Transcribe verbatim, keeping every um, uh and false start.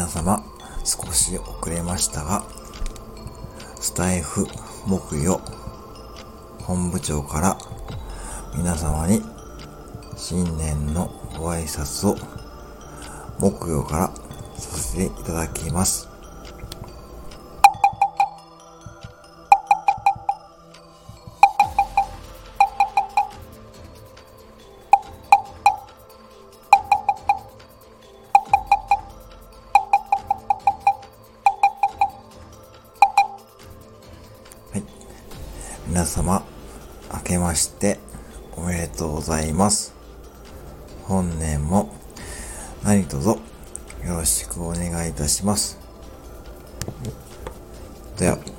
皆様少し遅れましたが、スタイフ木曜本部長から皆様に新年のご挨拶を木曜からさせていただきます。はい、皆様明けましておめでとうございます。本年も何卒よろしくお願いいたします。では。